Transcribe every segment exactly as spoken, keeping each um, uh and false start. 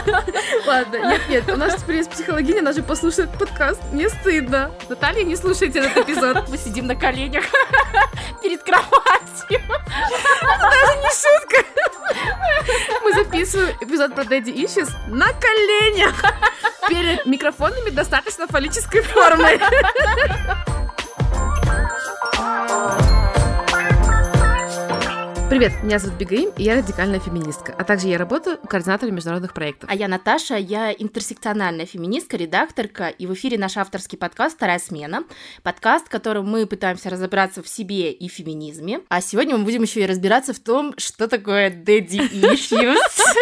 Ладно, нет-нет, у нас теперь есть психологиня, она же послушает подкаст. Мне стыдно. Наталья, не слушайте этот эпизод. Мы сидим на коленях перед кроватью. Это даже не шутка. Мы записываем эпизод про Daddy Issues на коленях. Перед микрофонами достаточно фаллической формы. Привет, меня зовут Бигаим, и я радикальная феминистка, а также я работаю координатором международных проектов. А я Наташа, я интерсекциональная феминистка, редакторка, и в эфире наш авторский подкаст «Вторая смена», подкаст, в котором мы пытаемся разобраться в себе и феминизме, а сегодня мы будем еще и разбираться в том, что такое Daddy Issues.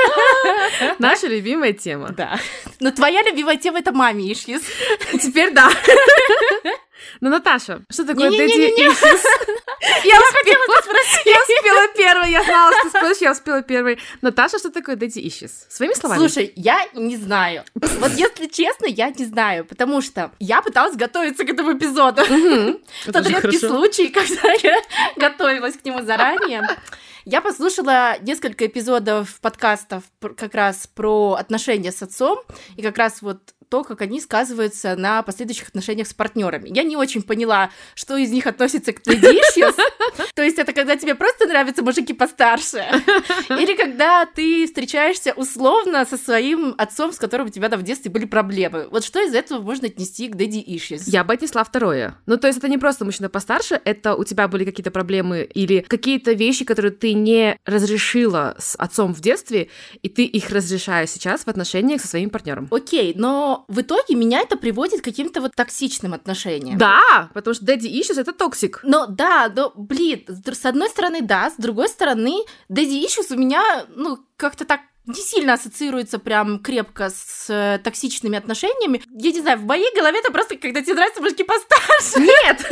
Наша любимая тема. Да, но твоя любимая тема — это Mommy Issues. Теперь да. Ну, Наташа, что такое Не-не-не-не. Daddy Issues? Я успела спросить. Я успела первой, я знала, что ты спросишь, я успела первой. Наташа, что такое Daddy Issues? Своими словами. Слушай, я не знаю. Вот если честно, я не знаю, потому что я пыталась готовиться к этому эпизоду. Тот редкий случай, когда я готовилась к нему заранее. Я послушала несколько эпизодов подкастов как раз про отношения с отцом, и как раз вот то, как они сказываются на последующих отношениях с партнерами. Я не очень поняла, что из них относится к Daddy Issues. То есть это когда тебе просто нравятся мужики постарше, или когда ты встречаешься условно со своим отцом, с которым у тебя да, в детстве были проблемы. Вот что из этого можно отнести к Daddy Issues? Я бы отнесла второе. Ну, то есть это не просто мужчина постарше, это у тебя были какие-то проблемы или какие-то вещи, которые ты не разрешила с отцом в детстве, и ты их разрешаешь сейчас в отношениях со своим партнером. Окей, но в итоге меня это приводит к каким-то вот токсичным отношениям. Да, потому что Daddy Issues — это токсик. Но да, но, блин, с одной стороны, да, с другой стороны, Daddy Issues у меня, ну, как-то так не сильно ассоциируется прям крепко с э, токсичными отношениями. Я не знаю, в моей голове это просто, когда тебе нравятся мужики постарше. Нет!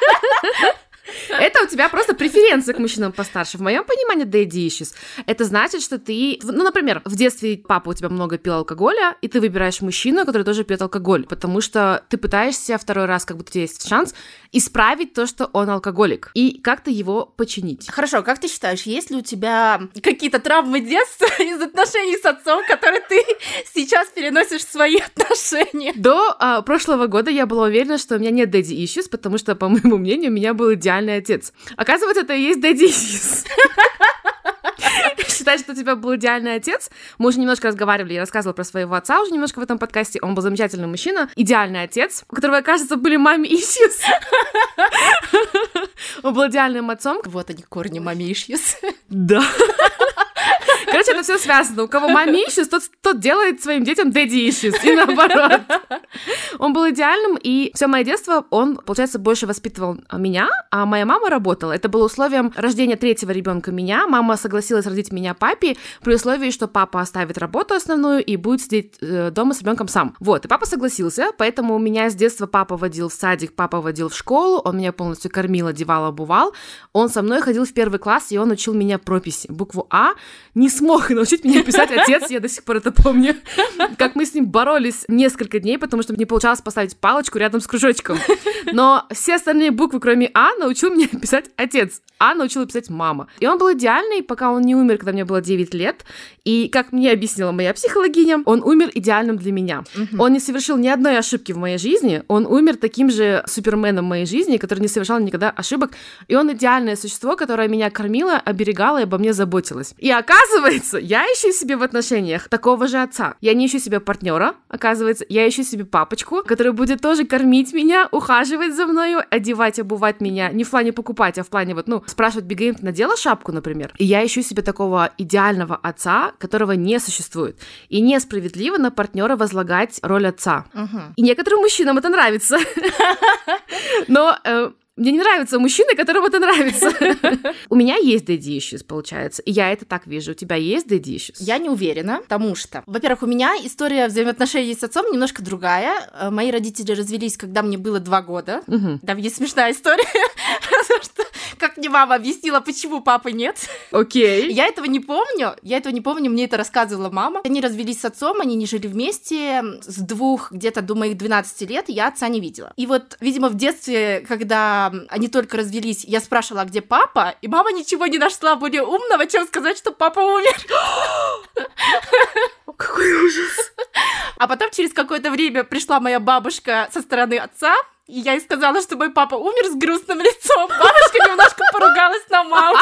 Это у тебя просто преференция к мужчинам постарше. В моем понимании Daddy Issues — это значит, что ты... Ну, например, в детстве папа у тебя много пил алкоголя, и ты выбираешь мужчину, который тоже пьет алкоголь, потому что ты пытаешься второй раз, как будто у тебя есть шанс, исправить то, что он алкоголик, и как-то его починить. Хорошо, как ты считаешь, есть ли у тебя какие-то травмы детства из отношений с отцом, которые ты сейчас переносишь в свои отношения? До а, прошлого года я была уверена, что у меня нет Daddy Issues, потому что, по моему мнению, у меня был идеальный отец. Оказывается, это и есть Daddy Issues. Считать, что у тебя был идеальный отец. Мы уже немножко разговаривали, я рассказывала про своего отца уже немножко в этом подкасте. Он был замечательный мужчина, идеальный отец, у которого, кажется, были Mommy Issues. Он был идеальным отцом. Вот они, корни Mommy Issues. Да. Короче, это все связано. У кого Mommy Issues, тот, тот делает своим детям Daddy Issues, и наоборот. Он был идеальным, и все мое детство он, получается, больше воспитывал меня, а моя мама работала. Это было условием рождения третьего ребенка меня. Мама согласилась родить меня папе при условии, что папа оставит работу основную и будет сидеть э, дома с ребенком сам. Вот, и папа согласился, поэтому меня с детства папа водил в садик, папа водил в школу, он меня полностью кормил, одевал, обувал. Он со мной ходил в первый класс, и он учил меня прописи. Букву А не смог научить меня писать отец, я до сих пор это помню. Как мы с ним боролись несколько дней, потому что мне получалось поставить палочку рядом с кружочком. Но все остальные буквы, кроме А, научил меня писать отец. А научила писать мама. И он был идеальный, пока он не умер, когда мне было девять лет. И, как мне объяснила моя психологиня, он умер идеальным для меня. Mm-hmm. Он не совершил ни одной ошибки в моей жизни. Он умер таким же суперменом в моей жизни, который не совершал никогда ошибок. И он идеальное существо, которое меня кормило, оберегало и обо мне заботилось. И оказывается, я ищу себе в отношениях такого же отца. Я не ищу себе партнера, оказывается. Я ищу себе папочку, который будет тоже кормить меня, ухаживать за мною, одевать, обувать меня. Не в плане покупать, а в плане вот, ну, спрашивать: Бигаим, ты надела шапку, например? И я ищу себе такого идеального отца, которого не существует. И несправедливо на партнера возлагать роль отца. Угу. И некоторым мужчинам это нравится. Но... Мне не нравятся мужчины, которым это нравится. У меня есть Daddy Issues, получается, и я это так вижу. У тебя есть Daddy Issues? Я не уверена, потому что, во-первых, у меня история взаимоотношений с отцом немножко другая. Мои родители развелись, когда мне было два года. Угу. Там есть смешная история, потому что, как мне мама объяснила, почему папы нет. Окей. Я этого не помню, я этого не помню, мне это рассказывала мама. Они развелись с отцом, они не жили вместе. С двух, где-то до моих двенадцати лет я отца не видела. И вот, видимо, в детстве, когда они только развелись, я спрашивала, а где папа, и мама ничего не нашла более умного, чем сказать, что папа умер. Какой ужас. А потом через какое-то время пришла моя бабушка со стороны отца, и я ей сказала, что мой папа умер с грустным лицом. Бабушка немножко поругалась на маму.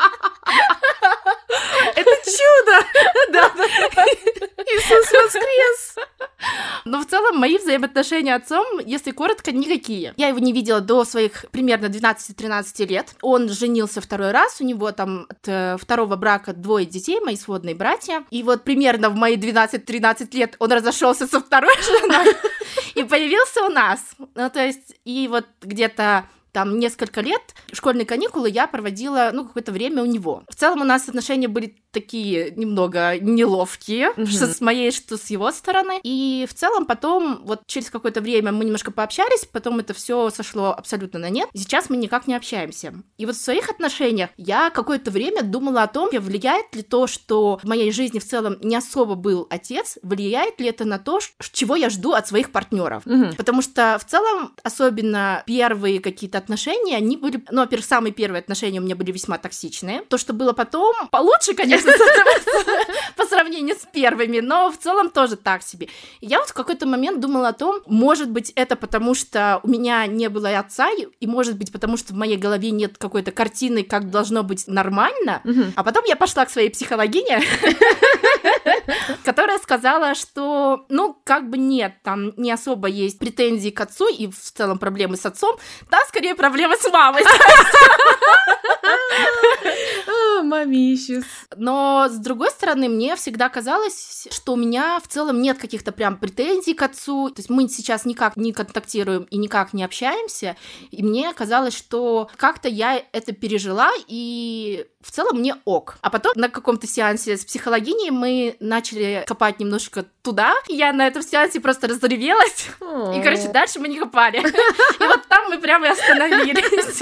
Это чудо! Да, да. Иисус воскрес! Но в целом мои взаимоотношения с отцом, если коротко, никакие. Я его не видела до своих примерно двенадцати-тринадцати лет. Он женился второй раз, у него там от второго брака двое детей, мои сводные братья. И вот примерно в мои двенадцать-тринадцать лет он разошелся со второй женой и появился у нас. Ну, то есть, и вот где-то там несколько лет школьные каникулы я проводила, ну, какое-то время у него. В целом у нас отношения были такие немного неловкие, mm-hmm. что с моей, что с его стороны. И в целом потом, вот через какое-то время мы немножко пообщались, потом это все сошло абсолютно на нет. И сейчас мы никак не общаемся. И вот в своих отношениях я какое-то время думала о том, влияет ли то, что в моей жизни в целом не особо был отец, влияет ли это на то, чего я жду от своих партнеров. Mm-hmm. Потому что в целом, особенно первые какие-то отношения, они были, ну, во-первых, самые первые отношения у меня были весьма токсичные. То, что было потом, получше, конечно, по сравнению с первыми, но в целом тоже так себе. И я вот в какой-то момент думала о том, может быть, это потому, что у меня не было отца, и может быть, потому что в моей голове нет какой-то картины, как должно быть нормально. Mm-hmm. А потом я пошла к своей психологине, которая сказала, что, ну, как бы нет, там не особо есть претензии к отцу, и в целом проблемы с отцом, там скорее проблемы с мамой. Мамищус. Но, с другой стороны, мне всегда казалось, что у меня в целом нет каких-то прям претензий к отцу. То есть мы сейчас никак не контактируем и никак не общаемся. И мне казалось, что как-то я это пережила, и в целом мне ок. А потом на каком-то сеансе с психологиней мы начали копать немножко туда. И я на этом сеансе просто разревелась. И, короче, дальше мы не копали. И вот там мы прямо и остановились.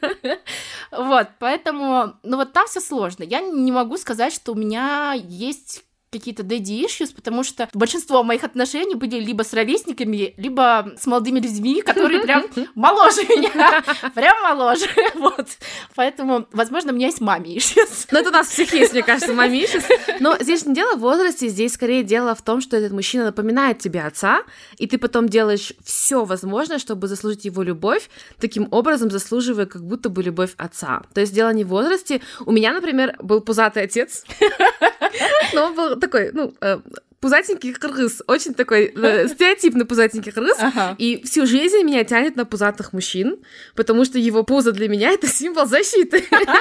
Вот, поэтому, ну вот там все сложно. Я не могу сказать, что у меня есть какие-то daddy issues, потому что большинство моих отношений были либо с ровесниками, либо с молодыми людьми, которые прям моложе меня, прям моложе, вот. Поэтому, возможно, у меня есть mommy issues. Ну, это у нас всех есть, мне кажется, mommy issues. Но здесь не дело в возрасте, здесь скорее дело в том, что этот мужчина напоминает тебе отца, и ты потом делаешь все возможное, чтобы заслужить его любовь, таким образом заслуживая как будто бы любовь отца. То есть дело не в возрасте. У меня, например, был пузатый отец, но он был такой, ну, э, пузатенький кыргыз, очень такой э, стереотипный пузатенький кыргыз, ага. И всю жизнь меня тянет на пузатых мужчин, потому что его пузо для меня — это символ защиты.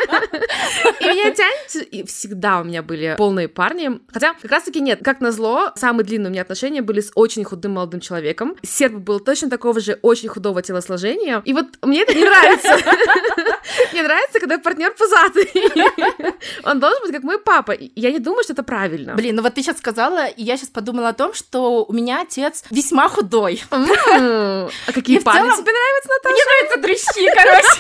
И меня тянет, и всегда у меня были полные парни, хотя как раз-таки нет, как назло, самые длинные у меня отношения были с очень худым молодым человеком. Серб был точно такого же очень худого телосложения, и вот мне это не нравится. Мне нравится, когда партнер пузатый. Он должен быть как мой папа. Я не думаю, что это правильно. Блин, ну вот ты сейчас сказала, и я сейчас подумала о том, что у меня отец весьма худой. А какие парни тебе нравятся, Наташа? Мне нравятся дрыщи,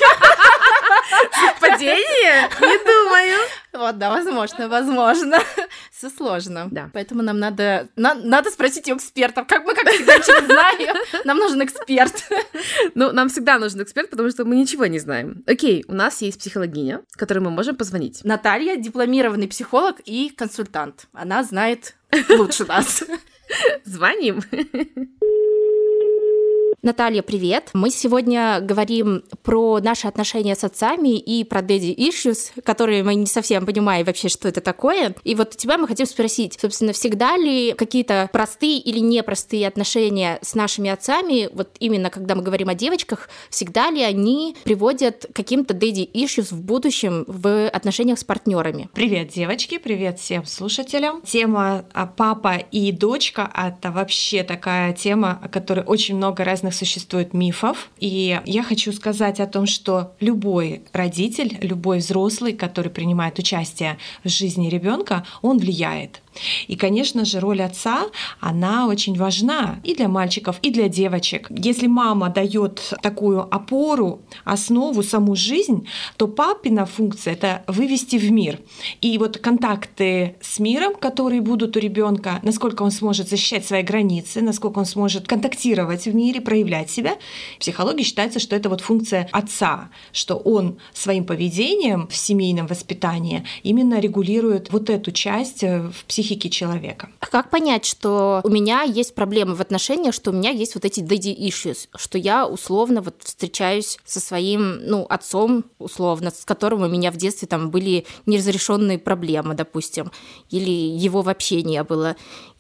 короче. Совпадение? Не думаю. Вот, да, возможно, возможно. Все сложно. Да. Поэтому нам надо, на, надо спросить у экспертов. Как мы, как всегда, ничего не знаем, нам нужен эксперт. Ну, нам всегда нужен эксперт, потому что мы ничего не знаем. Окей, у нас есть психологиня, которой мы можем позвонить. Наталья — дипломированный психолог и консультант. Она знает лучше нас. Звоним. Наталья, привет! Мы сегодня говорим про наши отношения с отцами и про daddy issues, которые мы не совсем понимаем вообще, что это такое. И вот у тебя мы хотим спросить, собственно, всегда ли какие-то простые или непростые отношения с нашими отцами, вот именно когда мы говорим о девочках, всегда ли они приводят к каким-то daddy issues в будущем в отношениях с партнерами? Привет, девочки, привет всем слушателям. Тема папа и дочка — это вообще такая тема, о которой очень много разных существует мифов. И я хочу сказать о том, что любой родитель, любой взрослый, который принимает участие в жизни ребенка, он влияет. И, конечно же, роль отца, она очень важна и для мальчиков, и для девочек. Если мама дает такую опору, основу, саму жизнь, то папина функция — это вывести в мир. И вот контакты с миром, которые будут у ребенка, насколько он сможет защищать свои границы, насколько он сможет контактировать в мире, проявлять себя. В психологии считается, что это вот функция отца, что он своим поведением в семейном воспитании именно регулирует вот эту часть в психике человека. Как понять, что у меня есть проблемы в отношениях, что у меня есть вот эти daddy issues, что я условно вот встречаюсь со своим, ну, отцом, условно, с которым у меня в детстве там были неразрешенные проблемы, допустим, или его вообще не было,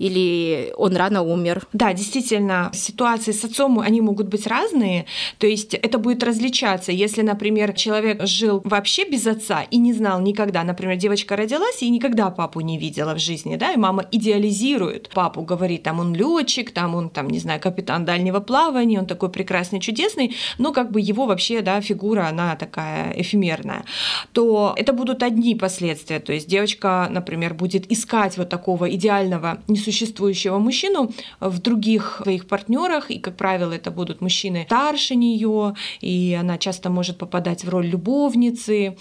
или он рано умер. Да, действительно, ситуации с отцом, они могут быть разные, то есть это будет различаться, если, например, человек жил вообще без отца и не знал никогда, например, девочка родилась и никогда папу не видела в жизни, да, и мама идеализирует папу, говорит, там он летчик, там он, там, не знаю, капитан дальнего плавания, он такой прекрасный, чудесный, но как бы его вообще, да, фигура, она такая эфемерная, то это будут одни последствия, то есть девочка, например, будет искать вот такого идеального, несуществующего мужчину в других своих партнерах, и, как правило, это будут мужчины старше нее, и она часто может попадать в роль любовницы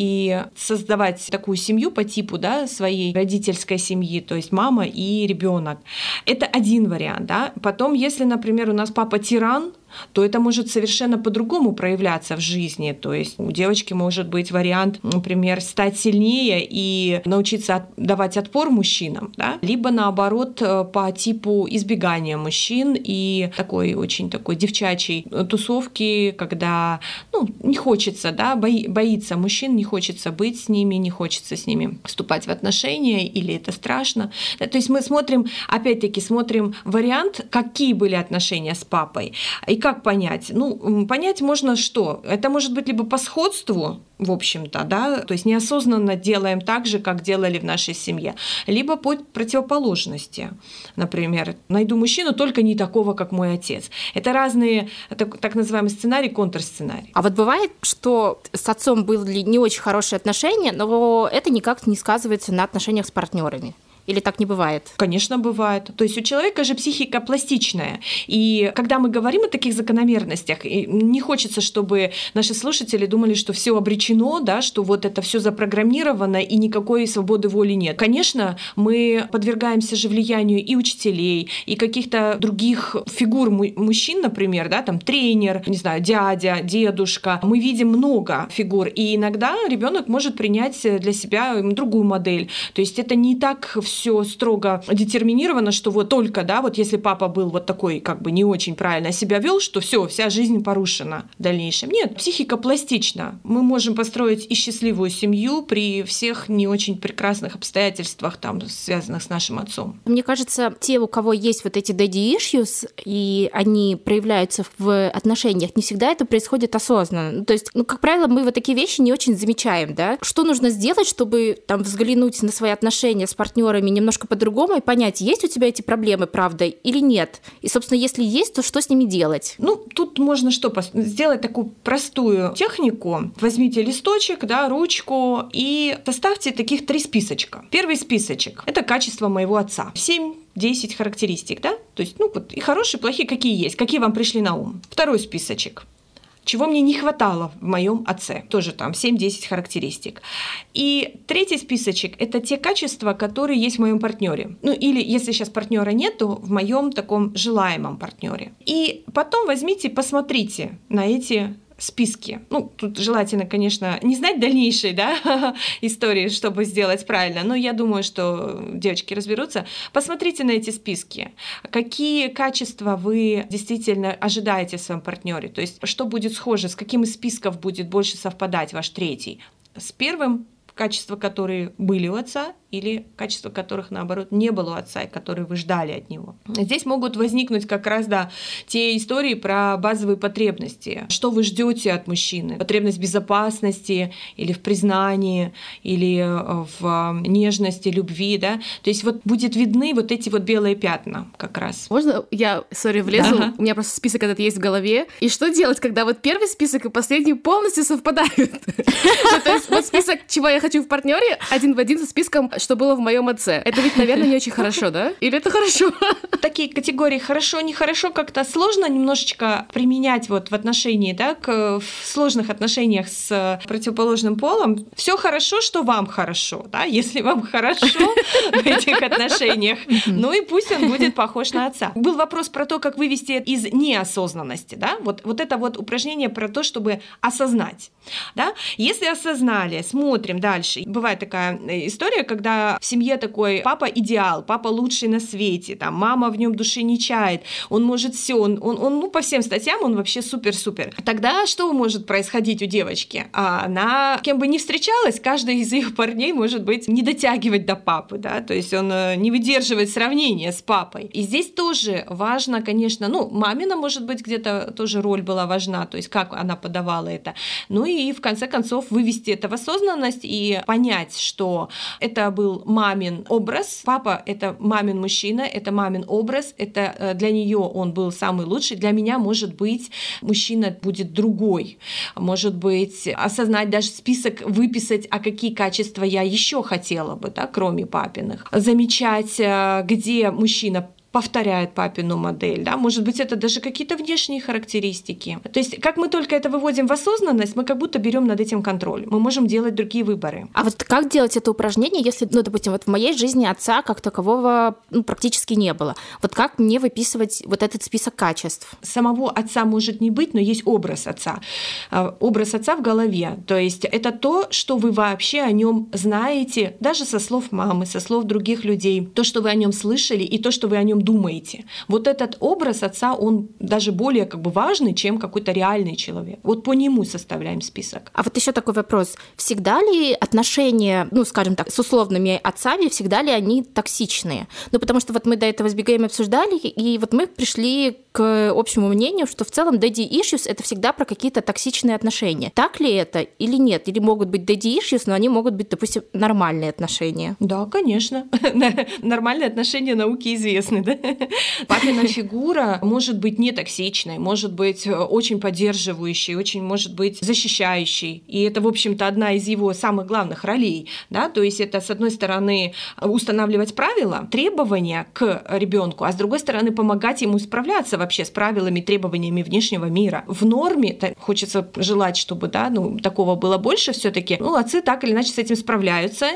и создавать такую семью по типу, да, своей родительской семьи, то есть мама и ребенок. Это один вариант, да. Потом, если, например, у нас папа тиран, то это может совершенно по-другому проявляться в жизни. То есть у девочки может быть вариант, например, стать сильнее и научиться давать отпор мужчинам, да? Либо наоборот по типу избегания мужчин и такой очень такой девчачьей тусовки, когда, ну, не хочется, да, бои, боится мужчин, не хочется быть с ними, не хочется с ними вступать в отношения, или это страшно. Да? То есть мы смотрим, опять-таки, смотрим вариант, какие были отношения с папой. И как понять? Ну, понять можно что? Это может быть либо по сходству, в общем-то, да, то есть неосознанно делаем так же, как делали в нашей семье, либо по противоположности. Например, найду мужчину, только не такого, как мой отец. Это разные, так, так называемый сценарий, контрсценарий. А вот бывает, что с отцом были не очень хорошие отношения, но это никак не сказывается на отношениях с партнерами? Или так не бывает? Конечно, бывает. То есть у человека же психика пластичная. И когда мы говорим о таких закономерностях, не хочется, чтобы наши слушатели думали, что все обречено, да, что вот это все запрограммировано и никакой свободы воли нет. Конечно, мы подвергаемся же влиянию и учителей, и каких-то других фигур мужчин, например, да, там тренер, не знаю, дядя, дедушка. Мы видим много фигур, и иногда ребенок может принять для себя другую модель. То есть это не так все все строго детерминировано, что вот только, да, вот если папа был вот такой, как бы не очень правильно себя вел, что все, вся жизнь порушена в дальнейшем. Нет, психика пластична. Мы можем построить и счастливую семью при всех не очень прекрасных обстоятельствах, там, связанных с нашим отцом. Мне кажется, те, у кого есть вот эти daddy issues, и они проявляются в отношениях, не всегда это происходит осознанно. То есть, ну, как правило, мы вот такие вещи не очень замечаем, да? Что нужно сделать, чтобы там взглянуть на свои отношения с партнерами немножко по-другому и понять, есть у тебя эти проблемы, правда, или нет? И, собственно, если есть, то что с ними делать? Ну, тут можно что? Сделать такую простую технику. Возьмите листочек, да, ручку и составьте таких три списочка. Первый списочек – это качество моего отца. семь-десять характеристик, да? То есть, ну, вот и хорошие, и плохие, какие есть, какие вам пришли на ум. Второй списочек. Чего мне не хватало в моем отце. Тоже там семь-десять характеристик. И третий списочек – это те качества, которые есть в моем партнере. Ну или если сейчас партнера нет, то в моем таком желаемом партнере. И потом возьмите, посмотрите на эти списки. Ну, тут желательно, конечно, не знать дальнейшей, да, истории, чтобы сделать правильно, но я думаю, что девочки разберутся. Посмотрите на эти списки. Какие качества вы действительно ожидаете в своем партнере? То есть, что будет схоже, с каким из списков будет больше совпадать ваш третий? С первым, качества, которые были у отца, или качества которых, наоборот, не было у отца, и которые вы ждали от него. Здесь могут возникнуть как раз, да, те истории про базовые потребности. Что вы ждете от мужчины? Потребность в безопасности, или в признании, или в нежности, любви, да? То есть вот будет видны вот эти вот белые пятна как раз. Можно я, сори, влезу? Ага. У меня просто список этот есть в голове. И что делать, когда вот первый список и последний полностью совпадают? То есть вот список, чего я хочу в партнере, один в один со списком, что было в моем отце. Это ведь, наверное, не очень хорошо, да? Или это хорошо? такие категории хорошо, нехорошо как-то сложно немножечко применять вот в отношении, да, к, в сложных отношениях с противоположным полом. Все хорошо, что вам хорошо, да, если вам хорошо в этих отношениях, ну и пусть он будет похож на отца. Был вопрос про то, как вывести из неосознанности, да, вот, вот это вот упражнение про то, чтобы осознать, да. Если осознали, смотрим дальше. Бывает такая история, когда в семье такой папа идеал, папа лучший на свете, там, мама в нем души не чает, он может все, он, он, он, ну, по всем статьям он вообще супер-супер. Тогда что может происходить у девочки? Она, кем бы ни встречалась, каждый из ее парней может быть не дотягивать до папы, да, то есть он не выдерживает сравнения с папой. И здесь тоже важно, конечно, ну, мамина, может быть, где-то тоже роль была важна, то есть как она подавала это. Ну и в конце концов вывести это в осознанность и понять, что это был мамин образ, папа — это мамин мужчина, это мамин образ, это для нее он был самый лучший, для меня, может быть, мужчина будет другой, может быть, осознать даже список, выписать, а какие качества я еще хотела бы, да, кроме папиных, замечать, где мужчина повторяет папину модель, да, может быть, это даже какие-то внешние характеристики. То есть, как мы только это выводим в осознанность, мы как будто берем над этим контроль. Мы можем делать другие выборы. А вот как делать это упражнение, если, ну, допустим, вот в моей жизни отца как такового, ну, практически не было? Вот как мне выписывать вот этот список качеств? Самого отца может не быть, но есть образ отца. Образ отца в голове. То есть, это то, что вы вообще о нем знаете, даже со слов мамы, со слов других людей, то, что вы о нем слышали, и то, что вы о нем думаете. Вот этот образ отца, он даже более как бы важный, чем какой-то реальный человек. Вот по нему составляем список. А вот еще такой вопрос. Всегда ли отношения, ну, скажем так, с условными отцами, всегда ли они токсичные? Ну, потому что вот мы до этого с Бигеем обсуждали, и вот мы пришли к общему мнению, что в целом daddy issues — это всегда про какие-то токсичные отношения. Так ли это или нет? Или могут быть daddy issues, но они могут быть, допустим, нормальные отношения? Да, конечно. Нормальные отношения науке известны. Да? Папина фигура может быть не токсичной, может быть очень поддерживающей, очень может быть защищающей. И это, в общем-то, одна из его самых главных ролей. Да? То есть это, с одной стороны, устанавливать правила, требования к ребенку, а с другой стороны, помогать ему справляться вообще с правилами, требованиями внешнего мира. В норме хочется желать, чтобы, да, ну, такого было больше все-таки. Ну, отцы так или иначе с этим справляются,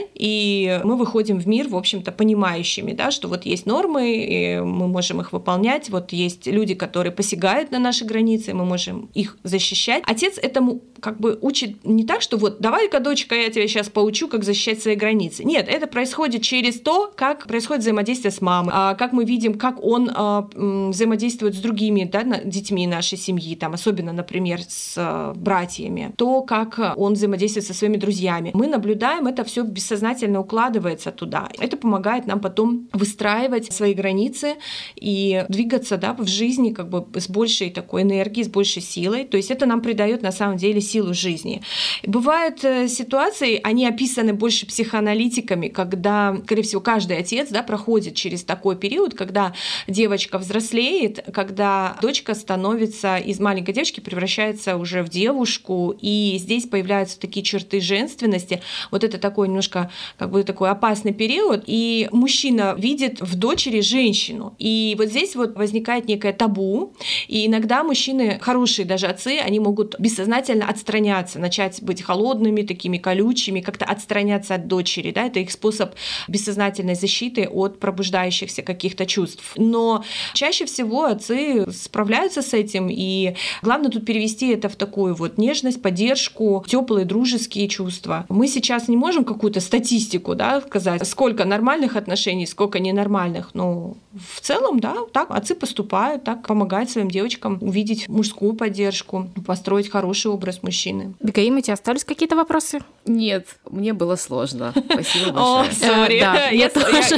и мы выходим в мир, в общем-то, понимающими, да, что вот есть нормы, и мы можем их выполнять. Вот есть люди, которые посягают на наши границы, мы можем их защищать. Отец этому как бы учит не так, что вот давай-ка, дочка, я тебя сейчас поучу, как защищать свои границы. Нет, это происходит через то, как происходит взаимодействие с мамой, как мы видим, как он взаимодействует с другими, да, детьми нашей семьи, там, особенно, например, с братьями, то, как он взаимодействует со своими друзьями. Мы наблюдаем, это все бессознательно укладывается туда. Это помогает нам потом выстраивать свои границы и двигаться, да, в жизни как бы с большей такой энергией, с большей силой. То есть это нам придает на самом деле силу жизни. Бывают ситуации, они описаны больше психоаналитиками, когда, скорее всего, каждый отец, да, проходит через такой период, когда девочка взрослеет, когда дочка становится из маленькой девочки, превращается уже в девушку, и здесь появляются такие черты женственности. Вот это такой немножко как бы такой опасный период, и мужчина видит в дочери женщину. И вот здесь вот возникает некое табу, и иногда мужчины, хорошие даже отцы, они могут бессознательно отстраняться, начать быть холодными, такими колючими, как-то отстраняться от дочери, да, это их способ бессознательной защиты от пробуждающихся каких-то чувств. Но чаще всего отцы справляются с этим, и главное тут перевести это в такую вот нежность, поддержку, теплые дружеские чувства. Мы сейчас не можем какую-то статистику, да, сказать, сколько нормальных отношений, сколько ненормальных, но в целом, да, так отцы поступают, так помогают своим девочкам увидеть мужскую поддержку, построить хороший образ мужчины. Бегаим, у тебя остались какие-то вопросы? Нет, мне было сложно. Спасибо большое. О, сори, я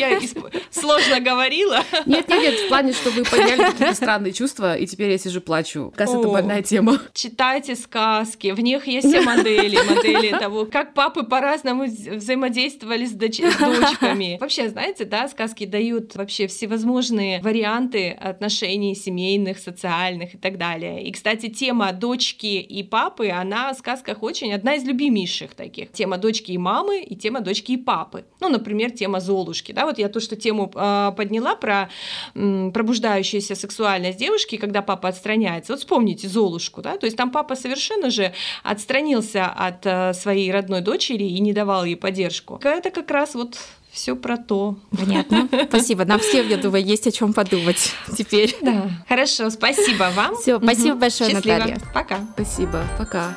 сложно говорила. Нет, нет, нет, в плане, что вы подняли какие-то странные чувства, и теперь я сижу плачу. Кажется, это больная тема. Читайте сказки, в них есть все модели, модели того, как папы по-разному взаимодействовали с дочками. Вообще, знаете, да, сказки дают вообще всевозможные всевозможные варианты отношений семейных, социальных и так далее. И, кстати, тема дочки и папы, она в сказках очень одна из любимейших таких. Тема дочки и мамы, и тема дочки и папы. Ну, например, тема Золушки. Да, вот я то, что тему э, подняла про м, пробуждающуюся сексуальность девушки, когда папа отстраняется. Вот вспомните Золушку, да, то есть там папа совершенно же отстранился от э, своей родной дочери и не давал ей поддержку. Это как раз вот все про то. Понятно. Спасибо. Нам всем, я думаю, есть о чем подумать теперь. Да. Хорошо, спасибо вам. Все, спасибо большое, Счастливо. Наталья. Пока. Спасибо. Пока.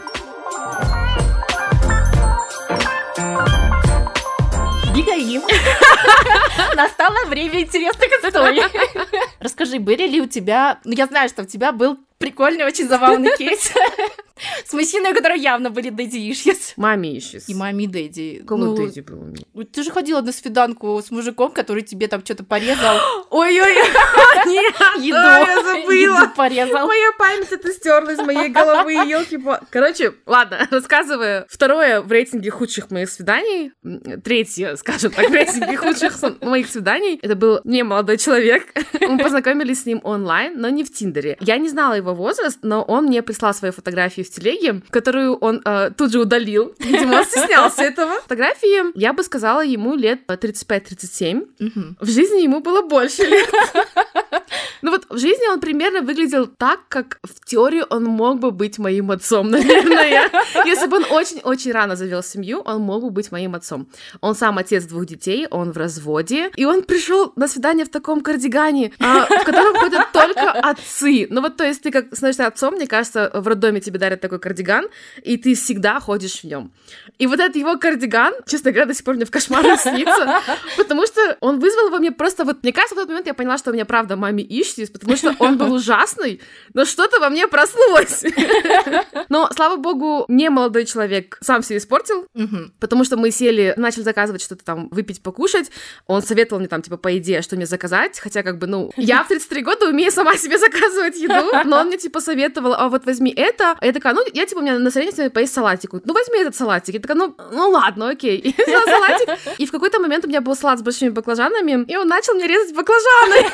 Бегаим. Настало время интересных историй. Расскажи, были ли у тебя... Ну, я знаю, что у тебя был прикольный, очень забавный кейс с мужчиной, у которого явно были daddy issues. Маме issues. И маме дэдди. Кому Ну, дэдди был у меня? Ты же ходила на свиданку с мужиком, который тебе там что-то порезал. Ой-ой-ой, нет, Еду. я забыла. Еду порезал. Моя память это стерла из моей головы, елки по. Короче, ладно, рассказываю. Второе в рейтинге худших моих свиданий, третье, скажем так, в рейтинге худших моих свиданий, это был не молодой человек. Мы познакомились с ним онлайн, но не в Тиндере. Я не знала его возраст, но он мне прислал свою фотографию в телеге, которую он э, тут же удалил. Видимо, он стеснялся этого. Фотографии, я бы сказала, ему лет тридцать пять тридцать семь. Мгм. В жизни ему было больше лет. Ну вот в жизни он примерно выглядел так, как в теории он мог бы быть моим отцом, наверное. Если бы он очень-очень рано завел семью, он мог бы быть моим отцом. Он сам отец двух детей, он в разводе, и он пришел на свидание в таком кардигане, а, в котором ходят только отцы. Ну вот, то есть ты как становишься отцом, мне кажется, в роддоме тебе дарят такой кардиган, и ты всегда ходишь в нем. И вот этот его кардиган, честно говоря, до сих пор мне в кошмарах снится, потому что он вызвал во мне просто вот... Мне кажется, в тот момент я поняла, что у меня правда маме ищись, потому что он был ужасный, но что-то во мне проснулось. Но, слава богу, не молодой человек сам все испортил, Мгм. потому что мы сели, начали заказывать что-то там, выпить, покушать. Он советовал мне там, типа, по еде, что мне заказать, хотя, как бы, ну, я в тридцать три года умею сама себе заказывать еду, но он мне, типа, советовал, а вот возьми это. А я такая, ну, я, типа, у меня настроение сегодня поесть салатик. Ну, возьми этот салатик. Я такая, ну, ну ладно, окей. И взяла салатик. И в какой-то момент у меня был салат с большими баклажанами, и он начал мне резать баклажаны.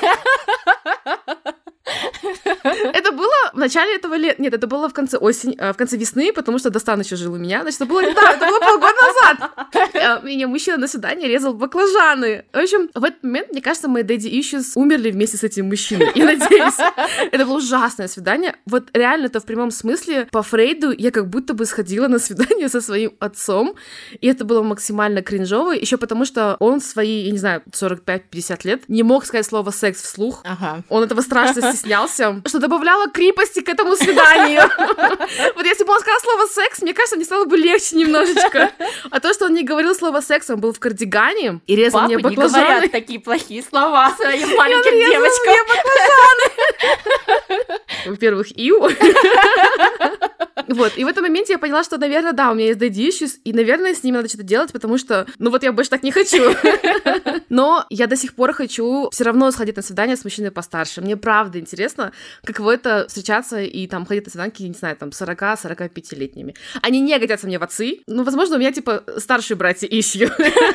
Это было в начале этого лета. Нет, это было в конце осени, э, в конце весны, потому что Достан еще жил у меня. Значит, это было, да, это было полгода назад. Э, Меня мужчина на свидание резал баклажаны. В общем, в этот момент, мне кажется, мои daddy issues умерли вместе с этим мужчиной. И надеюсь, это было ужасное свидание. Вот реально, это в прямом смысле. По Фрейду я как будто бы сходила на свидание со своим отцом. И это было максимально кринжово. Еще потому, что он в свои, я не знаю, сорок пять пятьдесят лет не мог сказать слово секс вслух. Ага. Он этого страшно стеснялся, что добавляло крепости к этому свиданию. Вот если бы он сказал слово секс, мне кажется, мне стало бы легче немножечко. А то, что он не говорил слово секс, он был в кардигане и резал Папы мне не баклажаны. говорят такие плохие слова своим И он маленьким резал девочкам. мне баклажаны. Во-первых, иу. Вот, и в этом моменте я поняла, что, наверное, да, у меня есть daddy issues, и, наверное, с ними надо что-то делать, потому что, ну вот я больше так не хочу. Но я до сих пор хочу все равно сходить на свидание с мужчиной постарше. Мне правда интересно, каково это встречаться и там ходить на свиданки, не знаю, там сорок-сорок пятилетними. Они не годятся мне в отцы, ну, возможно, у меня, типа, старшие братья ищу.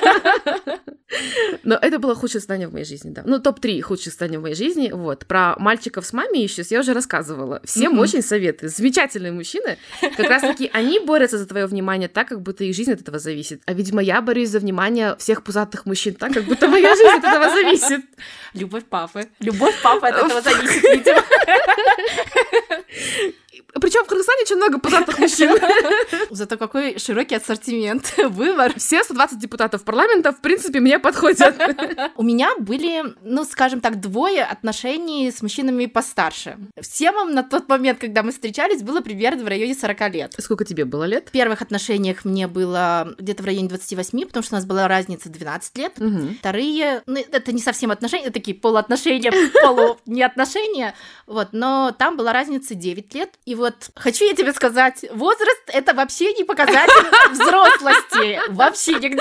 Но это было худшее свидание в моей жизни, да. Ну, топ три худших свиданий в моей жизни, вот. Про мальчиков с мамой issues я уже рассказывала. Всем Мгм. очень советую. Замечательные мужчины. Как раз-таки они борются за твое внимание так, как будто их жизнь от этого зависит. А, видимо, я борюсь за внимание всех пузатых мужчин так, как будто моя жизнь от этого зависит. Любовь папы. Любовь папы от этого зависит, видимо. Причем в Кыргызстане очень много пузатых мужчин. Зато какой широкий ассортимент, выбор. Все сто двадцать депутатов парламента, в принципе, мне подходят. У меня были, ну, скажем так, двое отношений с мужчинами постарше. Всем им на тот момент, когда мы встречались, было примерно в районе сорок лет. Сколько тебе было лет? В первых отношениях мне было где-то в районе двадцати восьми, потому что у нас была разница двенадцать лет. Мгм. Вторые, ну, это не совсем отношения, это такие полуотношения, полу не отношения, вот, но там была разница девять лет. И вот хочу я тебе сказать, возраст — это вообще не показатель взрослости. Вообще нигде.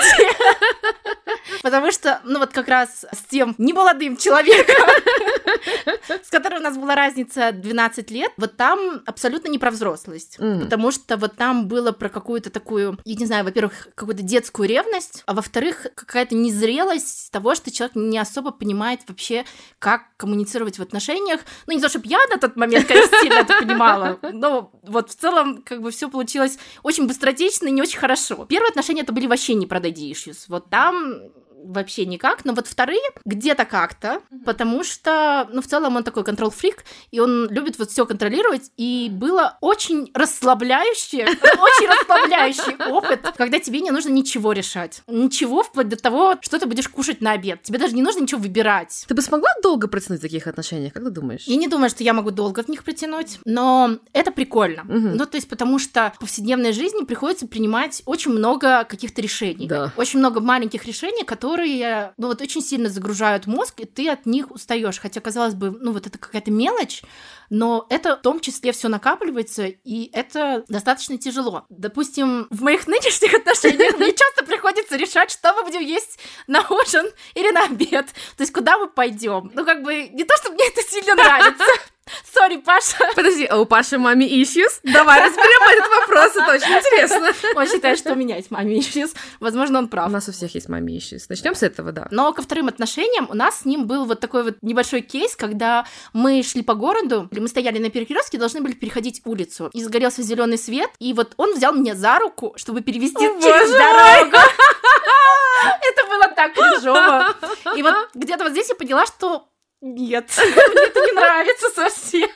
Потому что, ну вот как раз с тем немолодым человеком, с которым у нас была разница двенадцать лет, вот там абсолютно не про взрослость. Mm. Потому что вот там было про какую-то такую, я не знаю, во-первых, какую-то детскую ревность, а во-вторых, какая-то незрелость того, что человек не особо понимает вообще, как коммуницировать в отношениях. Ну, не то, чтобы я на тот момент, конечно, сильно это понимала, но вот в целом как бы все получилось очень быстротечно и не очень хорошо. Первые отношения это были вообще не про daddy issues. Вот там вообще никак, но вот вторые где-то как-то, mm-hmm. потому что, ну, в целом он такой контрол-фрик, и он любит вот все контролировать, и было очень расслабляющее, очень расслабляющий опыт, когда тебе не нужно ничего решать. Ничего, вплоть до того, что ты будешь кушать на обед. Тебе даже не нужно ничего выбирать. Ты бы смогла долго протянуть в таких отношениях, как ты думаешь? Я не думаю, что я могу долго в них протянуть, но это прикольно. Mm-hmm. Ну, то есть, потому что в повседневной жизни приходится принимать очень много каких-то решений. Да. Очень много маленьких решений, которые которые, ну, вот очень сильно загружают мозг, и ты от них устаешь. Хотя, казалось бы, ну, вот это какая-то мелочь, но это в том числе все накапливается, и это достаточно тяжело. Допустим, в моих нынешних отношениях мне часто приходится решать, что мы будем есть на ужин или на обед. То есть, куда мы пойдем. Ну, как бы, не то, что мне это сильно нравится. Сори, Паша. Подожди, а у Паши маме issues? Давай разберем этот вопрос, это очень интересно. Он считает, что у меня есть маме issues. Возможно, он прав. У нас у всех есть маме issues. Начнем с этого, да. Но ко вторым отношениям у нас с ним был вот такой вот небольшой кейс, когда мы шли по городу, мы стояли на перекрестке, должны были переходить улицу, и загорелся зеленый свет, и вот он взял меня за руку, чтобы перевести О, через дорогу. Это было так кринжово. И вот где-то вот здесь я поняла, что нет, мне это не нравится совсем.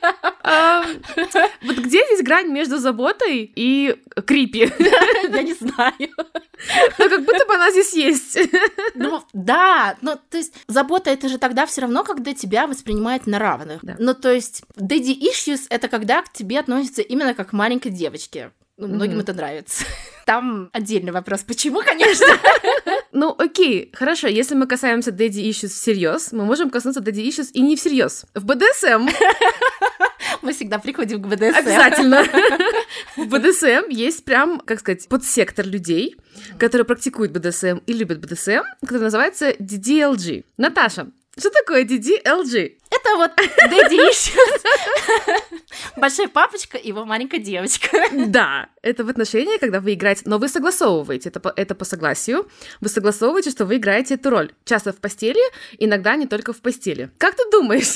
Вот где здесь грань между заботой и крипи? Я не знаю. Ну, как будто бы она здесь есть. Ну, да, ну, то есть забота — это же тогда все равно, когда тебя воспринимают на равных. Да. Ну, то есть daddy issues — это когда к тебе относятся именно как к маленькой девочке. Ну, многим mm-hmm. это нравится. Там отдельный вопрос, почему, конечно. Ну, окей, хорошо, если мы касаемся daddy issues всерьез, мы можем коснуться daddy issues и не всерьез. В бэ дэ эс эм. Мы всегда приходим к бэ дэ эс эм. Обязательно. В бэ дэ эс эм есть прям, как сказать, подсектор людей, которые практикуют бэ дэ эс эм и любят бэ дэ эс эм, который называется ди ди эл джи. Наташа, что такое ди ди эл джи? Это вот daddy issues. Большой папочка и его маленькая девочка. Да, это в отношении, когда вы играете, но вы согласовываете, это по, это по согласию, вы согласовываете, что вы играете эту роль. Часто в постели, иногда не только в постели. Как ты думаешь,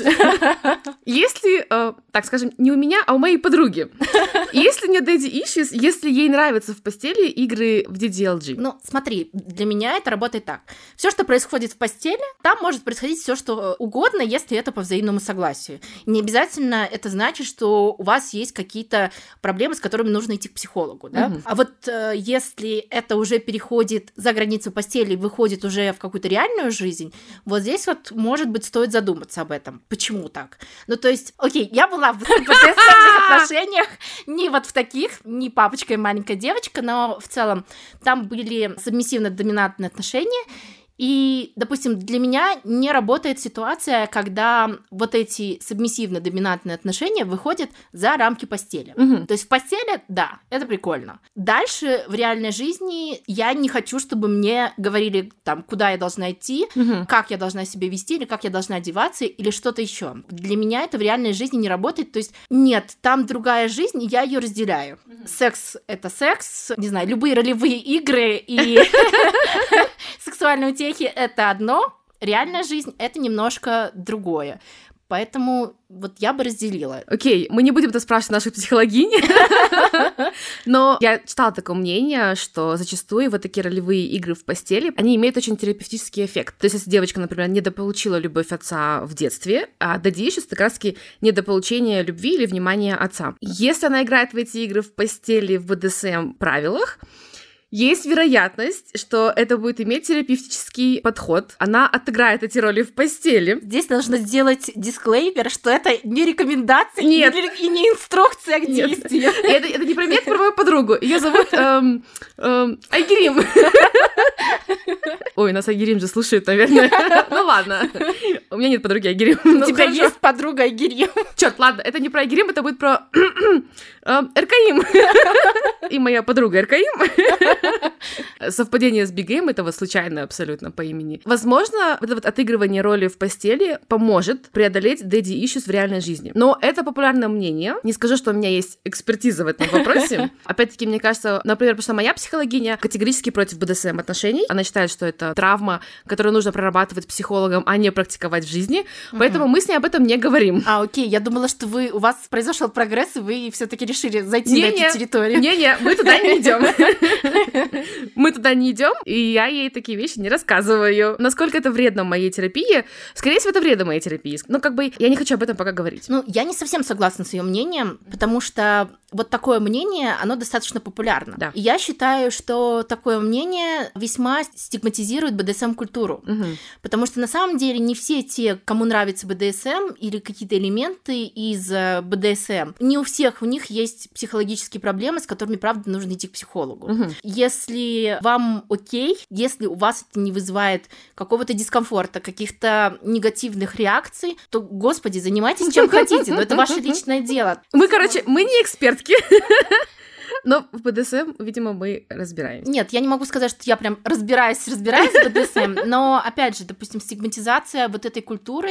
если, э, так скажем, не у меня, а у моей подруги, если не daddy issues, если ей нравятся в постели игры в ди ди эл джи? Ну, смотри, для меня это работает так. Все, что происходит в постели, там может происходить все, что угодно, если это по взаимному согласию. Не обязательно это значит, что у вас есть какие-то проблемы, с которыми нужно идти к психологу, да? Mm-hmm. А вот э, если это уже переходит за границу постели и выходит уже в какую-то реальную жизнь, вот здесь вот, может быть, стоит задуматься об этом. Почему так? Ну, то есть, окей, я была в бэ дэ эс эм отношениях, не вот в таких, не папочка и маленькая девочка, но в целом там были субмиссивно-доминантные отношения. И, допустим, для меня не работает ситуация, когда вот эти субмиссивно-доминантные отношения выходят за рамки постели. Угу. То есть в постели, да, это прикольно. Дальше в реальной жизни я не хочу, чтобы мне говорили, там, куда я должна идти, угу. как я должна себя вести, или как я должна одеваться, или что-то еще. Для меня это в реальной жизни не работает. То есть нет, там другая жизнь, и я ее разделяю. Угу. Секс — это секс, не знаю, любые ролевые игры и сексуальные утехи — это одно, реальная жизнь — это немножко другое. Поэтому вот я бы разделила. Окей, okay, мы не будем это спрашивать наших психологинь, но я читала такое мнение, что зачастую вот такие ролевые игры в постели, они имеют очень терапевтический эффект. То есть если девочка, например, недополучила любовь отца в детстве, а daddy issues — это как раз-таки недополучение любви или внимания отца. Если она играет в эти игры в постели в бэ дэ эс эм правилах, есть вероятность, что это будет иметь терапевтический подход. Она отыграет эти роли в постели. Здесь нужно сделать дисклеймер, что это не рекомендация Нет. и не инструкция к действию. Это, это не про меня, это про мою подругу. Ее зовут эм, эм, Айгерим. Ой, нас Айгерим же слушает, наверное. Ну ладно. У меня нет подруги Айгерим. У тебя есть подруга Айгерим. Чёрт, ладно, это не про Айгерим, это будет про Эркаим. И моя подруга Эркаим. Совпадение с Big Game — это вот случайно абсолютно по имени. Возможно, это вот отыгрывание роли в постели поможет преодолеть daddy issues в реальной жизни. Но это популярное мнение. Не скажу, что у меня есть экспертиза в этом вопросе. Опять-таки, мне кажется, например, потому что моя психологиня категорически против бэ дэ эс эм отношений. Она считает, что это травма, которую нужно прорабатывать психологом, а не практиковать в жизни. Поэтому мы с ней об этом не говорим. А, окей, я думала, что вы у вас произошел прогресс, и вы все-таки решили зайти не, на не, эту территорию. Не-не, мы туда не идем. Мы туда не идем, и я ей такие вещи не рассказываю. Насколько это вредно моей терапии? Скорее всего, это вредно моей терапии. Ну, как бы, я не хочу об этом пока говорить. Ну, я не совсем согласна с ее мнением, потому что вот такое мнение, оно достаточно популярно. Да. И я считаю, что такое мнение весьма стигматизирует бэ дэ эс эм-культуру. Угу. Потому что на самом деле не все те, кому нравится бэ дэ эс эм или какие-то элементы из бэ дэ эс эм, не у всех у них есть психологические проблемы, с которыми, правда, нужно идти к психологу. Угу. Если вам окей, если у вас это не вызывает какого-то дискомфорта, каких-то негативных реакций, то, господи, занимайтесь чем хотите, но это ваше личное дело. Мы, короче, мы не экспертки. Но в бэ дэ эс эм, видимо, мы разбираемся. Нет, я не могу сказать, что я прям разбираюсь, разбираюсь в бэ дэ эс эм, но, опять же, допустим, стигматизация вот этой культуры,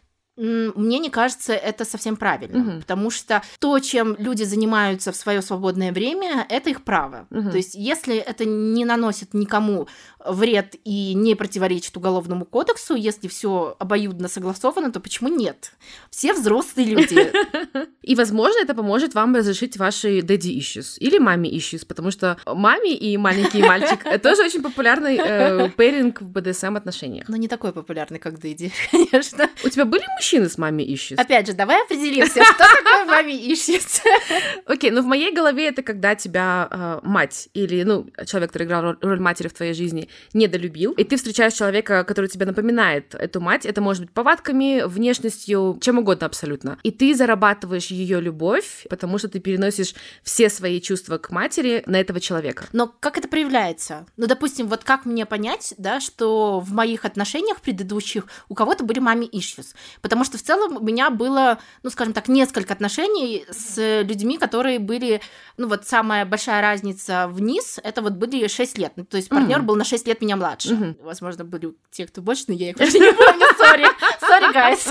мне не кажется, это совсем правильно, угу. потому что то, чем люди занимаются в свое свободное время, это их право. Угу. То есть, если это не наносит никому вред и не противоречит Уголовному кодексу, если все обоюдно согласовано, то почему нет? Все взрослые люди. И, возможно, это поможет вам разрешить ваши daddy issues или mommy issues, потому что маме и маленький мальчик — это тоже очень популярный э, пэринг в бэ дэ эс эм отношениях. Но не такой популярный, как daddy, конечно. У тебя были мужчины с mommy issues? Опять же, давай определимся, что такое mommy issues. Окей, ну в моей голове это когда тебя э, мать или, ну, человек, который играл роль, роль матери в твоей жизни, недолюбил, и ты встречаешь человека, который тебе напоминает эту мать, это может быть повадками, внешностью, чем угодно абсолютно, и ты зарабатываешь ее любовь, потому что ты переносишь все свои чувства к матери на этого человека. Но как это проявляется? Ну, допустим, вот как мне понять, да, что в моих отношениях предыдущих у кого-то были mommy issues? Потому что в целом у меня было, ну, скажем так, несколько отношений с людьми, которые были, ну, вот самая большая разница вниз, это вот были шесть лет, то есть партнер mm-hmm. был на шесть лет меня младше. Mm-hmm. Возможно, были те, кто больше, но я их уже не помню, сори. Sorry,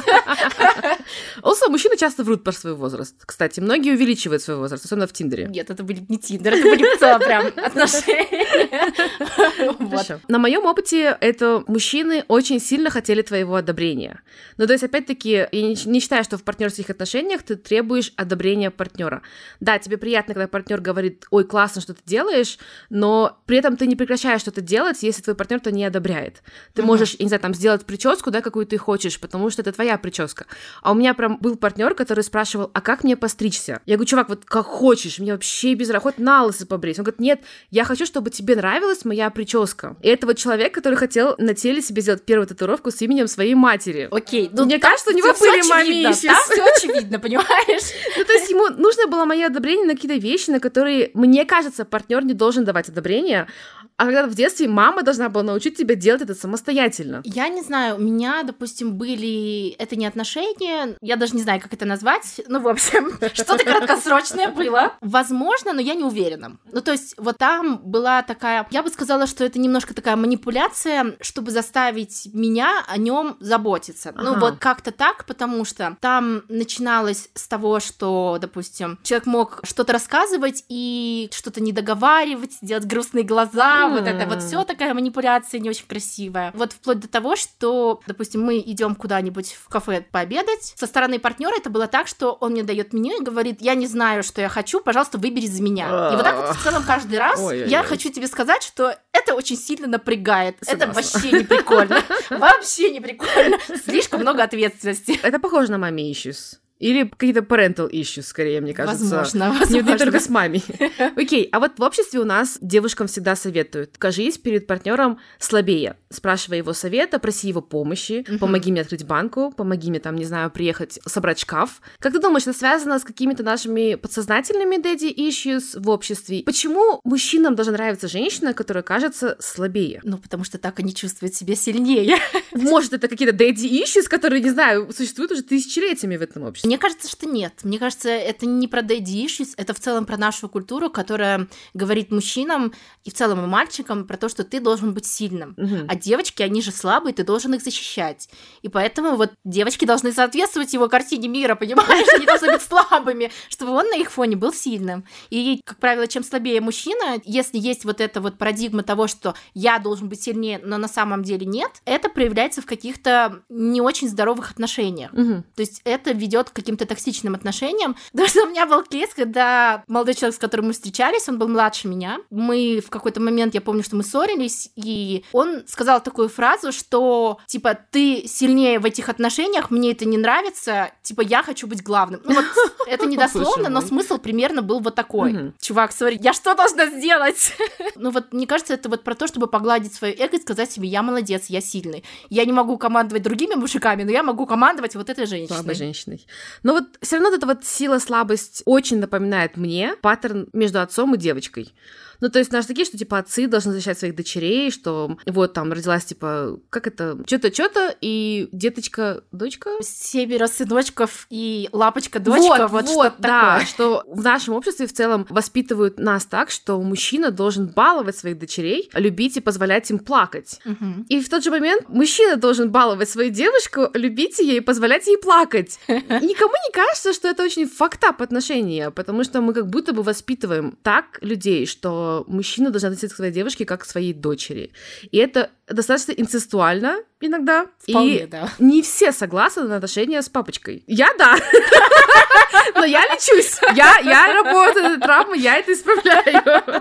guys. Also, мужчины часто врут про свой возраст. Кстати, многие увеличивают свой возраст, особенно в Тиндере. Нет, это были не Тиндер, это были в целом прям отношения. Вот. На моем опыте это мужчины очень сильно хотели твоего одобрения. Ну, то есть, опять-таки, я не, не считаю, что в партнерских отношениях ты требуешь одобрения партнера. Да, тебе приятно, когда партнер говорит: ой, классно, что ты делаешь, но при этом ты не прекращаешь что-то делать, если твой партнер то не одобряет. Ты uh-huh. можешь, я не знаю, там, сделать прическу, да, какую ты хочешь, потому что это твоя прическа. А у меня прям был партнер, который спрашивал: а как мне постричься? Я говорю: чувак, вот как хочешь, мне вообще без разницы, хоть на лысо побрить. Он говорит: нет, я хочу, чтобы тебе нравилась моя прическа. И это вот человек, который хотел на теле себе сделать первую татуировку с именем своей матери. Окей. Ну, мне кажется, у него были mommy issues. Да, все очевидно, понимаешь? Ну, то есть ему нужно было мое одобрение на какие-то вещи, на которые, мне кажется, партнер не должен давать одобрение. А когда в детстве мама должна была научить тебя делать это самостоятельно. Я не знаю, у меня, допустим, были... Это не отношения, я даже не знаю, как это назвать. Ну, в общем, что-то краткосрочное было. Возможно, но я не уверена. Ну, то есть вот там была такая... Я бы сказала, что это немножко такая манипуляция, чтобы заставить меня о нем заботиться. Ага. Ну, вот как-то так, потому что там начиналось с того, что, допустим, человек мог что-то рассказывать и что-то не договаривать, делать грустные глаза, mm. вот это вот все такая манипуляция не очень красивая. Вот вплоть до того, что, допустим, мы идем куда-нибудь в кафе пообедать. Со стороны партнера это было так, что он мне дает меню и говорит: я не знаю, что я хочу, пожалуйста, выбери за меня. И вот так вот в целом каждый раз я хочу тебе сказать, что это очень сильно напрягает. Это вообще не прикольно. Вообще не прикольно. Слишком много ответственности. Это похоже на mommy issues. Или какие-то parental issues, скорее, мне кажется. Возможно, возможно. Не, не только с мамой. Окей, а вот в обществе у нас девушкам всегда советуют: кажись перед партнером слабее, спрашивай его совета, проси его помощи, uh-huh. помоги мне открыть банку, помоги мне, там, не знаю, приехать, собрать шкаф. Как ты думаешь, это связано с какими-то нашими подсознательными daddy issues в обществе? Почему мужчинам должна нравиться женщина, которая кажется слабее? Ну, потому что так они чувствуют себя сильнее. Может, это какие-то daddy issues, которые, не знаю, существуют уже тысячелетиями в этом обществе? Мне кажется, что нет. Мне кажется, это не про daddy issues, это в целом про нашу культуру, которая говорит мужчинам и в целом и мальчикам про то, что ты должен быть сильным. Uh-huh. А девочки, они же слабые, ты должен их защищать. И поэтому вот девочки должны соответствовать его картине мира, понимаешь? Они должны быть слабыми, чтобы он на их фоне был сильным. И, как правило, чем слабее мужчина, если есть вот эта вот парадигма того, что я должен быть сильнее, но на самом деле нет, это проявляется в каких-то не очень здоровых отношениях. Uh-huh. То есть это ведет к каким-то токсичным отношениям. Потому что у меня был кейс, когда молодой человек, с которым мы встречались, он был младше меня. Мы в какой-то момент, я помню, что мы ссорились, и он сказал такую фразу, что, типа, ты сильнее в этих отношениях, мне это не нравится, типа, я хочу быть главным. Ну вот, это не дословно, но смысл примерно был вот такой. Чувак, сори, я что должна сделать? Ну вот, мне кажется, это вот про то, чтобы погладить свое эго и сказать себе, я молодец, я сильный. Я не могу командовать другими мужиками, но я могу командовать вот этой женщиной. Слабой женщиной. Но вот все равно эта вот сила-слабость очень напоминает мне паттерн между отцом и девочкой. Ну, то есть, наши такие, что, типа, отцы должны защищать своих дочерей, что вот там родилась, типа, как это, что-то, что-то, и деточка, дочка? Семеро сыночков и лапочка-дочка, вот, вот, вот что-то да, такое. Что в нашем обществе в целом воспитывают нас так, что мужчина должен баловать своих дочерей, любить и позволять им плакать. Угу. И в тот же момент мужчина должен баловать свою девушку, любить ее и позволять ей плакать. Никому не кажется, что это очень факт-ап отношения, потому что мы как будто бы воспитываем так людей, что мужчина должен относиться к своей девушке как к своей дочери. И это достаточно инцестуально иногда. Вполне, и да. Не все согласны на отношения с папочкой. Я да. Но я лечусь. Я, я работаю над травмой, я это исправляю.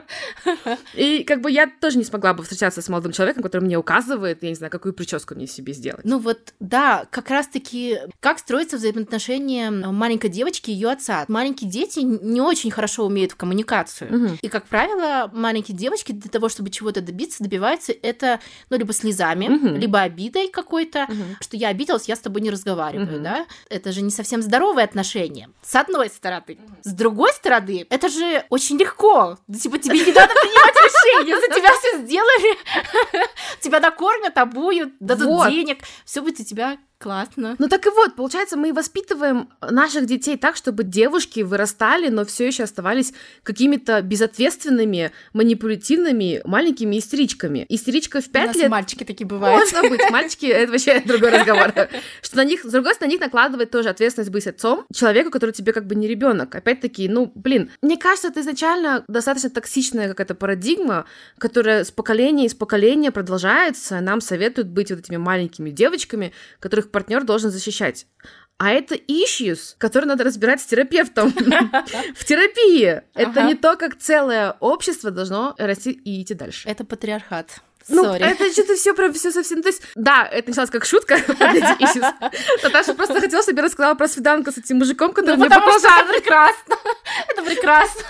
И как бы я тоже не смогла бы встречаться с молодым человеком, который мне указывает, я не знаю, какую прическу мне себе сделать. Ну вот, да, как раз-таки, как строятся взаимоотношения маленькой девочки и ее отца. Маленькие дети не очень хорошо умеют в коммуникацию. Угу. И, как правило, маленькие девочки для того, чтобы чего-то добиться, добиваются это, ну, либо слезами, угу. либо обидой какой-то, угу. что я обиделась, я с тобой не разговариваю, угу. да? Это же не совсем здоровые отношения, с одной стороны. Угу. С другой стороны, это же очень легко. Типа, тебе не надо принимать решения, за тебя все сделали, тебя накормят, обуют, дадут денег, все будет у тебя классно. Ну так и вот, получается, мы воспитываем наших детей так, чтобы девушки вырастали, но все еще оставались какими-то безответственными, манипулятивными маленькими истеричками. Истеричка в пять лет... мальчики такие бывают. Можно быть. Мальчики — это вообще другой разговор. Что на них, с другой стороны, на них накладывает тоже ответственность быть отцом человеку, который тебе как бы не ребенок. Опять-таки, ну, блин, мне кажется, это изначально достаточно токсичная какая-то парадигма, которая с поколения из поколения продолжается. Нам советуют быть вот этими маленькими девочками, которых партнер должен защищать. А это issues, которые надо разбирать с терапевтом в терапии. Это не то, как целое общество должно расти и идти дальше. Это патриархат. Ну, Sorry. это что-то все прям все совсем. То есть, да, это началось как шутка под эти issues. Наташа просто хотела, чтобы я рассказала про свиданку с этим мужиком, который ну, мне показал. Это прекрасно. Это прекрасно.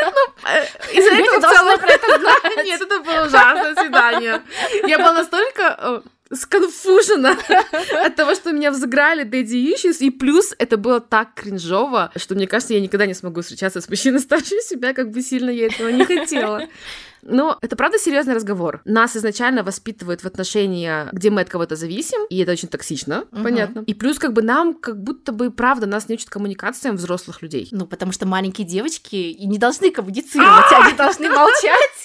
Из-за этого в целом про это знать. Нет, это было ужасное свидание. Я была настолько сконфужена от того, что меня взыграли daddy issues, и плюс это было так кринжово, что, мне кажется, я никогда не смогу встречаться с мужчиной старше себя, как бы сильно я этого не хотела. Но это правда серьезный разговор. Нас изначально воспитывают в отношения, где мы от кого-то зависим, и это очень токсично, uh-huh. понятно. И плюс как бы нам как будто бы, правда, нас не учат коммуникациям взрослых людей. Ну, потому что маленькие девочки и не должны коммуницировать, они должны молчать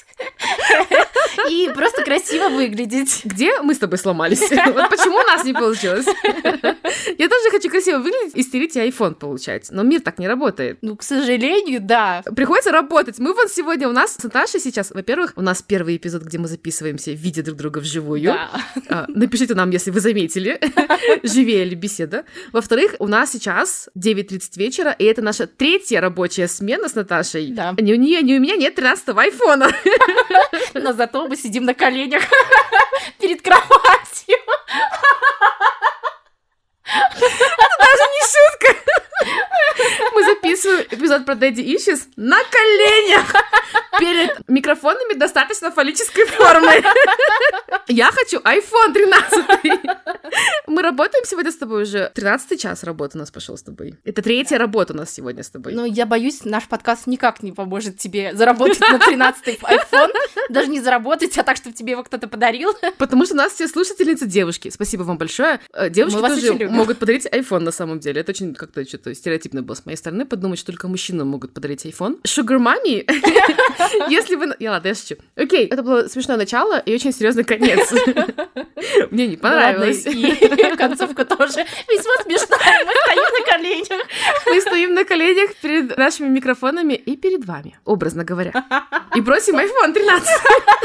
и просто красиво выглядеть. Где мы с тобой сломались? Вот почему у нас не получилось? Я тоже хочу красиво выглядеть и стереть и айфон получать, но мир так не работает. Ну, к сожалению, да. Приходится работать. Мы вот сегодня у нас с Наташей сейчас, во-первых, у нас первый эпизод, где мы записываемся, видя друг друга вживую. Да. Напишите нам, если вы заметили, живее ли беседа. Во-вторых, у нас сейчас девять тридцать вечера, и это наша третья рабочая смена с Наташей. Да. Ни у нее, ни у меня нет тринадцатого айфона. Но зато мы сидим на коленях перед кроватью. Это даже не шутка. записываю эпизод про Daddy Issues на коленях перед микрофонами достаточно фаллической формы. Я хочу айфон тринадцатый. Мы работаем сегодня с тобой уже. тринадцатый час работы у нас пошел с тобой. Это третья работа у нас сегодня с тобой. Ну, я боюсь, наш подкаст никак не поможет тебе заработать на тринадцатый айфон. Даже не заработать, а так, чтобы тебе его кто-то подарил. Потому что у нас все слушательницы девушки. Спасибо вам большое. Девушки тоже могут подарить айфон на самом деле. Это очень как-то что-то стереотипно было с моей стороны подумать, что только мужчинам могут подарить айфон. Sugar Mommy, если вы... Я ладно, я шучу. Окей, это было смешное начало и очень серьезный конец. Мне не понравилось. И концовка тоже весьма смешная. Мы стоим на коленях. Мы стоим на коленях перед нашими микрофонами и перед вами, образно говоря. И просим айфон тринадцать.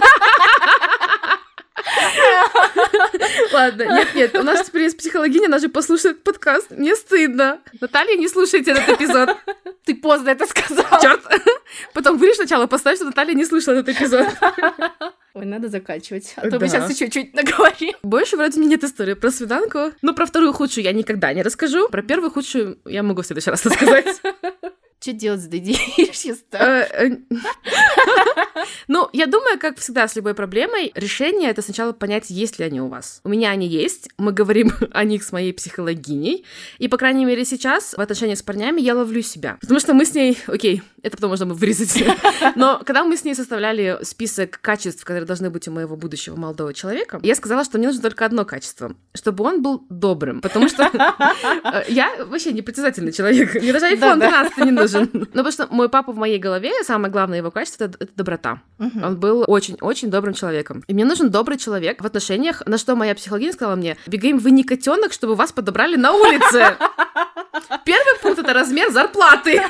Ладно, нет-нет, у нас теперь есть психологиня, она же послушает подкаст. Мне стыдно. Наталья, не слушайте этот эпизод. Ты поздно это сказала. Чёрт. Потом вырежь сначала, поставь, что Наталья не слышала этот эпизод. Ой, надо заканчивать, а то Да. мы сейчас еще чуть наговорим. Больше вроде мне нет истории про свиданку. Ну, про вторую худшую я никогда не расскажу. Про первую худшую я могу в следующий раз рассказать. Что делать с Daddy Issues-то? Ну, я думаю, как всегда с любой проблемой, решение — это сначала понять, есть ли они у вас. У меня они есть, мы говорим о них с моей психологиней, и, по крайней мере, сейчас в отношениях с парнями я ловлю себя. Потому что мы с ней... Окей, это потом можно вырезать. Но когда мы с ней составляли список качеств, которые должны быть у моего будущего молодого человека, я сказала, что мне нужно только одно качество, чтобы он был добрым, потому что я вообще непритязательный человек, мне даже айфон тринадцатый не нужен. Ну, потому что мой папа в моей голове, самое главное его качество — это, это доброта. Uh-huh. Он был очень-очень добрым человеком. И мне нужен добрый человек в отношениях, на что моя психологиня сказала мне: Бигейм, вы не котенок, чтобы вас подобрали на улице. Первый пункт — это размер зарплаты.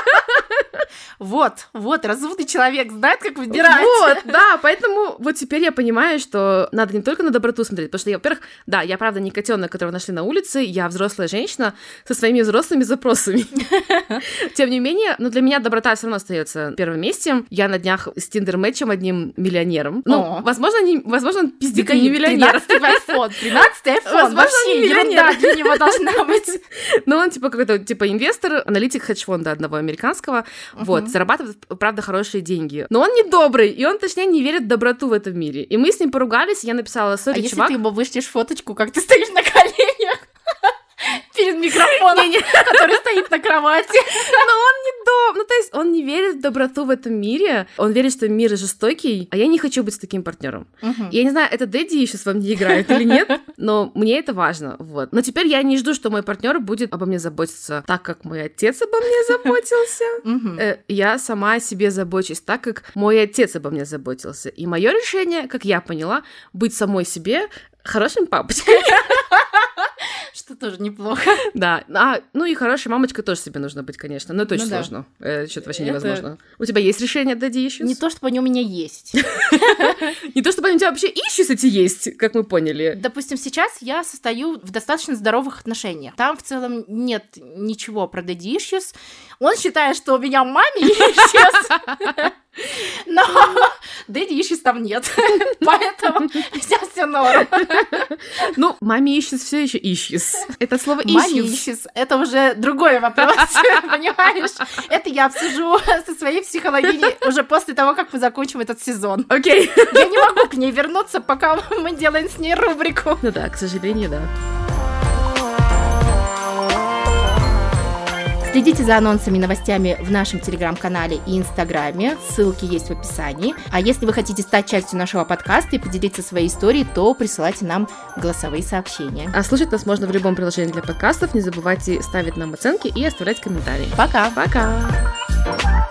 Вот, вот, разумный человек знает, как выбирать. Вот, да, поэтому вот теперь я понимаю, что надо не только на доброту смотреть, потому что я, во-первых, да, я правда не котенок, которого нашли на улице, я взрослая женщина со своими взрослыми запросами. Тем не менее, ну, для меня доброта все равно остается на первом месте. Я на днях с тиндер-мэтчем одним миллионером. Ну, возможно, не, возможно, он пиздик, не миллионер. тринадцатый айфон, тринадцатый айфон, Возможно, вообще не ерунда для него должна быть. Но он типа какой-то типа инвестор, аналитик хедж-фонда одного американского, вот, зарабатывает, правда, хорошие деньги. Но он не добрый, и он, точнее, не верит в доброту в этом мире. И мы с ним поругались, я написала: сори, а чувак. А если ты ему вышлешь фоточку, как ты стоишь на коленях перед микрофоном, который стоит на кровати? Но он не доб... Ну, то есть он не верит в доброту в этом мире, он верит, что мир жестокий, а я не хочу быть с таким партнером. Uh-huh. Я не знаю, это Daddy Issues во мне играет или нет, но мне это важно, вот. Но теперь я не жду, что мой партнер будет обо мне заботиться так, как мой отец обо мне заботился. Uh-huh. э, я сама о себе забочусь так, как мой отец обо мне заботился. И мое решение, как я поняла, быть самой себе хорошим папочкой. Что тоже неплохо. Да, а, ну и хорошей мамочкой тоже себе нужно быть, конечно, но это очень ну, сложно. Да. Это что-то вообще это... невозможно. У тебя есть решение Daddy Issues? Не то, чтобы они у меня есть. Не то, чтобы они у тебя вообще issues эти есть, как мы поняли. Допустим, сейчас я состою в достаточно здоровых отношениях. Там в целом нет ничего про Daddy Issues. Он считает, что у меня маме issues. Но Daddy Issues там нет. Поэтому сейчас все норм. Ну, маме issues все еще issues. Это слово issues. Маме issues — это уже другой вопрос, понимаешь? Это я обсужу со своей психологиней уже после того, как мы закончим этот сезон. Окей. Я не могу к ней вернуться, пока мы делаем с ней рубрику. Ну да, к сожалению, да. Следите за анонсами и новостями в нашем телеграм-канале и инстаграме, ссылки есть в описании. А если вы хотите стать частью нашего подкаста и поделиться своей историей, то присылайте нам голосовые сообщения. А слушать нас можно в любом приложении для подкастов. Не забывайте ставить нам оценки и оставлять комментарии. Пока! Пока!